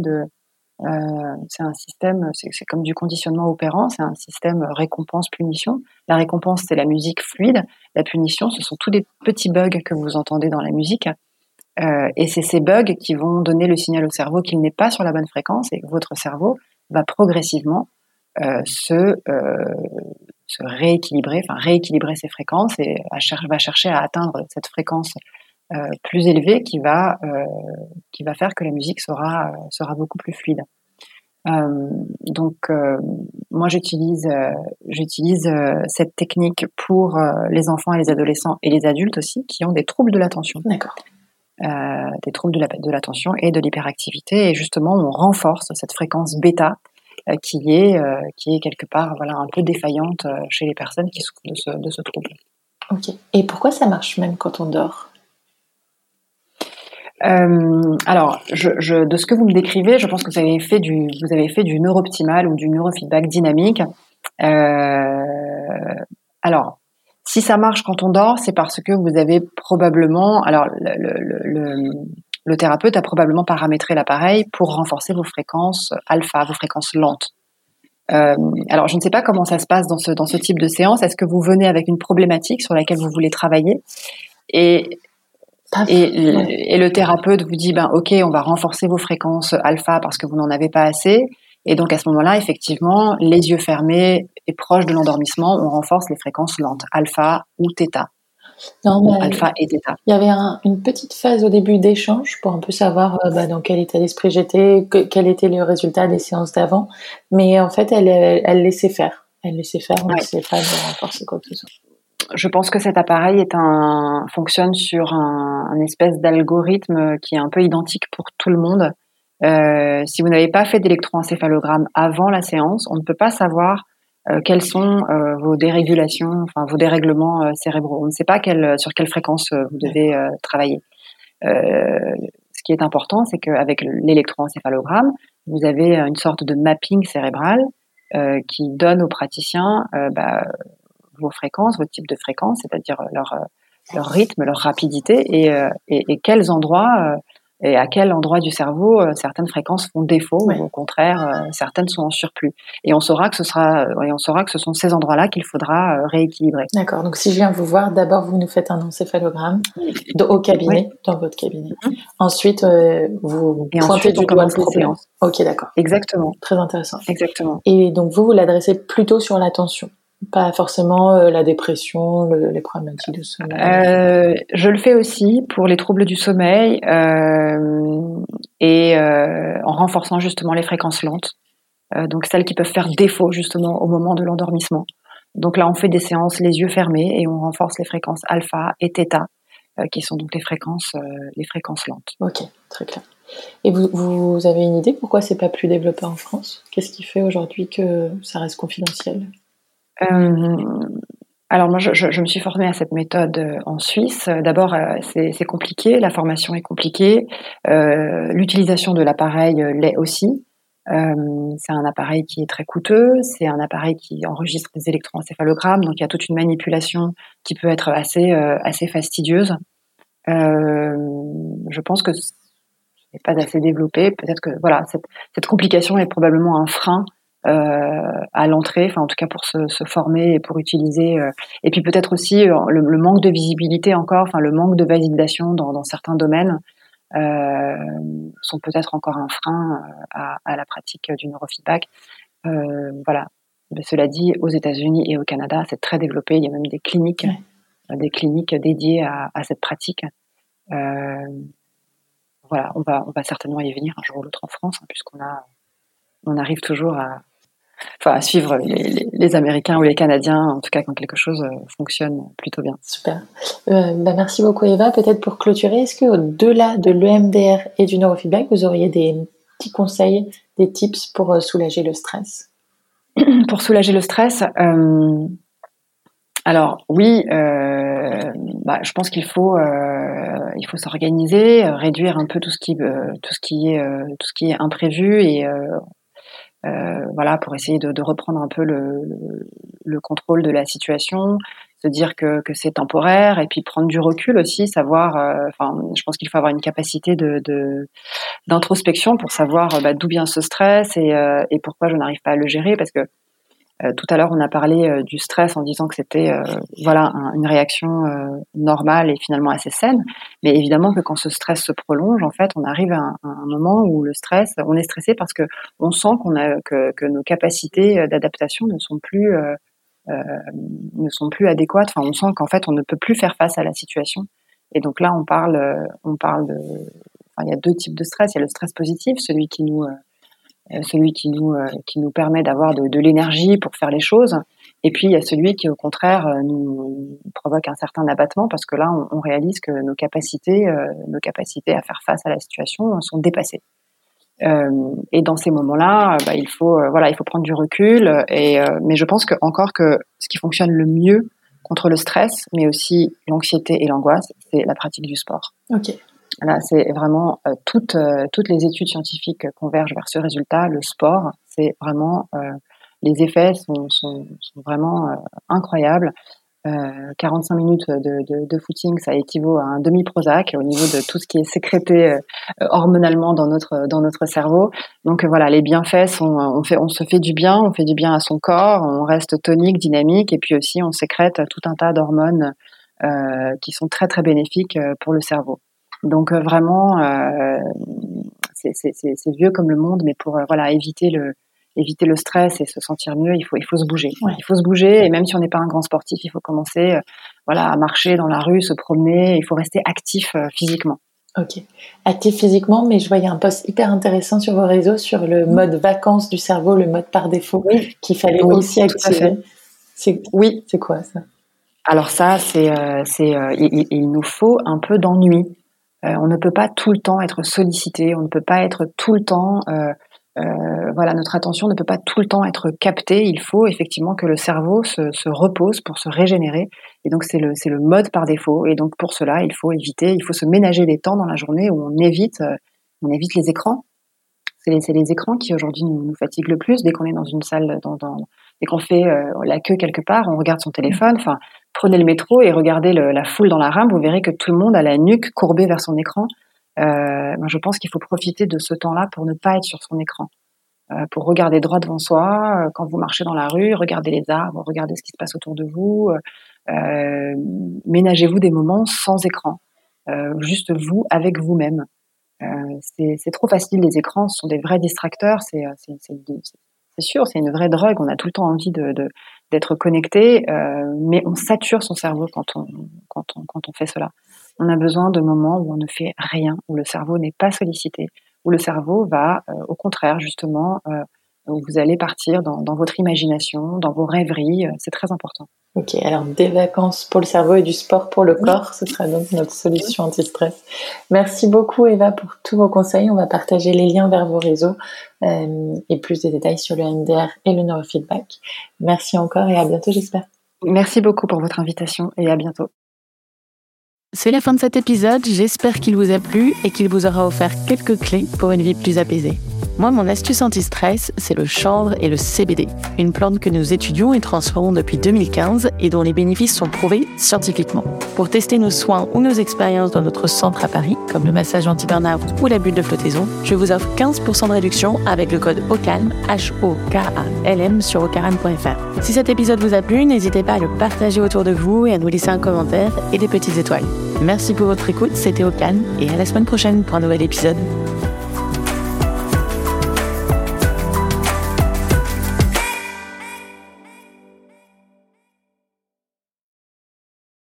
c'est comme du conditionnement opérant. C'est un système récompense-punition. La récompense, c'est la musique fluide. La punition, ce sont tous les petits bugs que vous entendez dans la musique. Et c'est ces bugs qui vont donner le signal au cerveau qu'il n'est pas sur la bonne fréquence et que votre cerveau va progressivement euh, se, euh, se rééquilibrer, enfin rééquilibrer ses fréquences et va chercher à atteindre cette fréquence plus élevée qui va faire que la musique sera beaucoup plus fluide. Euh, donc, moi j'utilise cette technique pour les enfants et les adolescents et les adultes aussi qui ont des troubles de l'attention. D'accord. Des troubles de l'attention et de l'hyperactivité. Et justement, on renforce cette fréquence bêta qui est quelque part voilà, un peu défaillante chez les personnes qui souffrent de ce trouble. Ok. Et pourquoi ça marche même quand on dort? Alors, de ce que vous me décrivez, je pense que vous avez fait du neurooptimal ou du neurofeedback dynamique. Alors, si ça marche quand on dort, c'est parce que vous avez probablement, alors le thérapeute a probablement paramétré l'appareil pour renforcer vos fréquences alpha, vos fréquences lentes. Alors, je ne sais pas comment ça se passe dans ce type de séance. Est-ce que vous venez avec une problématique sur laquelle vous voulez travailler et et le thérapeute vous dit, ben ok, on va renforcer vos fréquences alpha parce que vous n'en avez pas assez. Et donc à ce moment-là, effectivement, les yeux fermés et proches de l'endormissement, on renforce les fréquences lentes, alpha ou theta, Non, ou mais alpha et theta. il y avait une petite phase au début d'échange pour un peu savoir dans quel état d'esprit j'étais, quel était le résultat des séances d'avant. Mais en fait, elle laissait faire. Elle laissait faire, on n'essayait pas de renforcer quoi que ce soit. Je pense que cet appareil fonctionne sur un espèce d'algorithme qui est un peu identique pour tout le monde. Si vous n'avez pas fait d'électroencéphalogramme avant la séance, on ne peut pas savoir quelles sont vos dérégulations, enfin vos dérèglements cérébraux. On ne sait pas sur quelle fréquence vous devez travailler. Ce qui est important, c'est qu'avec l'électroencéphalogramme, vous avez une sorte de mapping cérébral qui donne aux praticiens vos fréquences, votre type de fréquence, c'est-à-dire leur rythme, leur rapidité et quels endroits et à quel endroit du cerveau certaines fréquences font défaut ou au contraire certaines sont en surplus. Et on saura que ce sont ces endroits-là qu'il faudra rééquilibrer. D'accord. Donc si je viens vous voir, d'abord vous nous faites un encéphalogramme au cabinet, dans votre cabinet. Ensuite, vous pointez du doigt le problème. Ok, d'accord. Exactement. Très intéressant. Exactement. Et donc vous l'adressez plutôt sur l'attention, pas forcément la dépression, les problématiques de sommeil. Je le fais aussi pour les troubles du sommeil et en renforçant justement les fréquences lentes, donc celles qui peuvent faire défaut justement au moment de l'endormissement. Donc là, on fait des séances les yeux fermés et on renforce les fréquences alpha et theta, qui sont donc les fréquences lentes. Ok, très clair. Et vous avez une idée pourquoi c'est pas plus développé en France? Qu'est-ce qui fait aujourd'hui que ça reste confidentiel? Alors moi, je me suis formée à cette méthode en Suisse. D'abord, c'est compliqué, la formation est compliquée, l'utilisation de l'appareil l'est aussi. C'est un appareil qui est très coûteux, c'est un appareil qui enregistre des électroencéphalogrammes, donc il y a toute une manipulation qui peut être assez fastidieuse. Je pense que ce n'est pas assez développé. Peut-être que voilà, cette complication est probablement un frein à l'entrée, enfin en tout cas pour se former et pour utiliser. Et puis peut-être aussi le manque de visibilité encore, enfin le manque de validation dans certains domaines sont peut-être encore un frein à la pratique du neurofeedback. Voilà. Mais cela dit, aux États-Unis et au Canada, c'est très développé. Il y a même des cliniques des cliniques dédiées à cette pratique. Voilà, on va certainement y venir un jour ou l'autre en France, hein, on arrive toujours à suivre les Américains ou les Canadiens, en tout cas quand quelque chose fonctionne plutôt bien. Super. Merci beaucoup Eva. Peut-être pour clôturer, est-ce qu'au-delà de l'EMDR et du neurofeedback, vous auriez des petits conseils, des tips pour soulager le stress? Pour soulager le stress, alors oui, je pense qu'il faut s'organiser, réduire un peu tout ce qui est imprévu et voilà, pour essayer de reprendre un peu le contrôle de la situation, se dire que c'est temporaire et puis prendre du recul aussi, savoir. Je pense qu'il faut avoir une capacité d'introspection pour savoir d'où vient ce stress et pourquoi je n'arrive pas à le gérer, parce que tout à l'heure, on a parlé du stress en disant que c'était une réaction normale et finalement assez saine. Mais évidemment que quand ce stress se prolonge, en fait, on arrive à un moment où on est stressé parce que on sent que nos capacités d'adaptation ne sont plus adéquates. Enfin, on sent qu'en fait, on ne peut plus faire face à la situation. Et donc là, on parle de. Il y a deux types de stress. Il y a le stress positif, celui qui nous permet d'avoir de l'énergie pour faire les choses, et puis il y a celui qui au contraire nous provoque un certain abattement, parce que là on réalise que nos capacités à faire face à la situation sont dépassées. Et dans ces moments-là, il faut prendre du recul, mais je pense que ce qui fonctionne le mieux contre le stress, mais aussi l'anxiété et l'angoisse, c'est la pratique du sport. Ok. Là, c'est vraiment toutes les études scientifiques convergent vers ce résultat. Le sport, c'est vraiment les effets sont vraiment incroyables. 45 minutes de footing, ça équivaut à un demi-Prozac au niveau de tout ce qui est sécrété hormonalement dans notre cerveau. Donc voilà, les bienfaits sont, on se fait du bien, on fait du bien à son corps, on reste tonique, dynamique, et puis aussi on sécrète tout un tas d'hormones qui sont très très bénéfiques pour le cerveau. Donc vraiment, c'est vieux comme le monde, mais pour éviter le stress et se sentir mieux, il faut se bouger. Ouais. Il faut se bouger, et même si on n'est pas un grand sportif, il faut commencer à marcher dans la rue, se promener. Il faut rester actif physiquement. Ok, actif physiquement, mais je voyais un post hyper intéressant sur vos réseaux sur le mode vacances du cerveau, le mode par défaut, qu'il fallait aussi activer. C'est quoi ça? Alors ça, il nous faut un peu d'ennui. On ne peut pas tout le temps être sollicité, on ne peut pas être tout le temps, notre attention ne peut pas tout le temps être captée. Il faut effectivement que le cerveau se repose pour se régénérer. Et donc c'est le mode par défaut. Et donc pour cela, il faut se ménager des temps dans la journée où on évite les écrans. C'est les écrans qui aujourd'hui nous fatiguent le plus. Dès qu'on est dans une salle, dès qu'on fait la queue quelque part, on regarde son téléphone. Enfin, prenez le métro et regardez la foule dans la rame, vous verrez que tout le monde a la nuque courbée vers son écran. Je pense qu'il faut profiter de ce temps-là pour ne pas être sur son écran, pour regarder droit devant soi. Quand vous marchez dans la rue, regardez les arbres, regardez ce qui se passe autour de vous. Ménagez-vous des moments sans écran, juste vous avec vous-même. C'est trop facile, les écrans sont des vrais distracteurs, c'est sûr, c'est une vraie drogue, on a tout le temps envie d'être connecté, mais on sature son cerveau quand on fait cela. On a besoin de moments où on ne fait rien, où le cerveau n'est pas sollicité, où le cerveau va, au contraire, justement, où vous allez partir dans votre imagination, dans vos rêveries, c'est très important. Ok, alors des vacances pour le cerveau et du sport pour le corps, ce sera donc notre solution anti-stress. Merci beaucoup Eva pour tous vos conseils. On va partager les liens vers vos réseaux et plus de détails sur le MDR et le neurofeedback. Merci encore et à bientôt, j'espère. Merci beaucoup pour votre invitation et à bientôt. C'est la fin de cet épisode, j'espère qu'il vous a plu et qu'il vous aura offert quelques clés pour une vie plus apaisée. Moi, mon astuce anti-stress, c'est le chanvre et le CBD, une plante que nous étudions et transformons depuis 2015 et dont les bénéfices sont prouvés scientifiquement. Pour tester nos soins ou nos expériences dans notre centre à Paris, comme le massage anti-burnout ou la bulle de flottaison, je vous offre 15% de réduction avec le code OCALM, HOKALM sur ocaran.fr. Si cet épisode vous a plu, n'hésitez pas à le partager autour de vous et à nous laisser un commentaire et des petites étoiles. Merci pour votre écoute, c'était OCALM et à la semaine prochaine pour un nouvel épisode.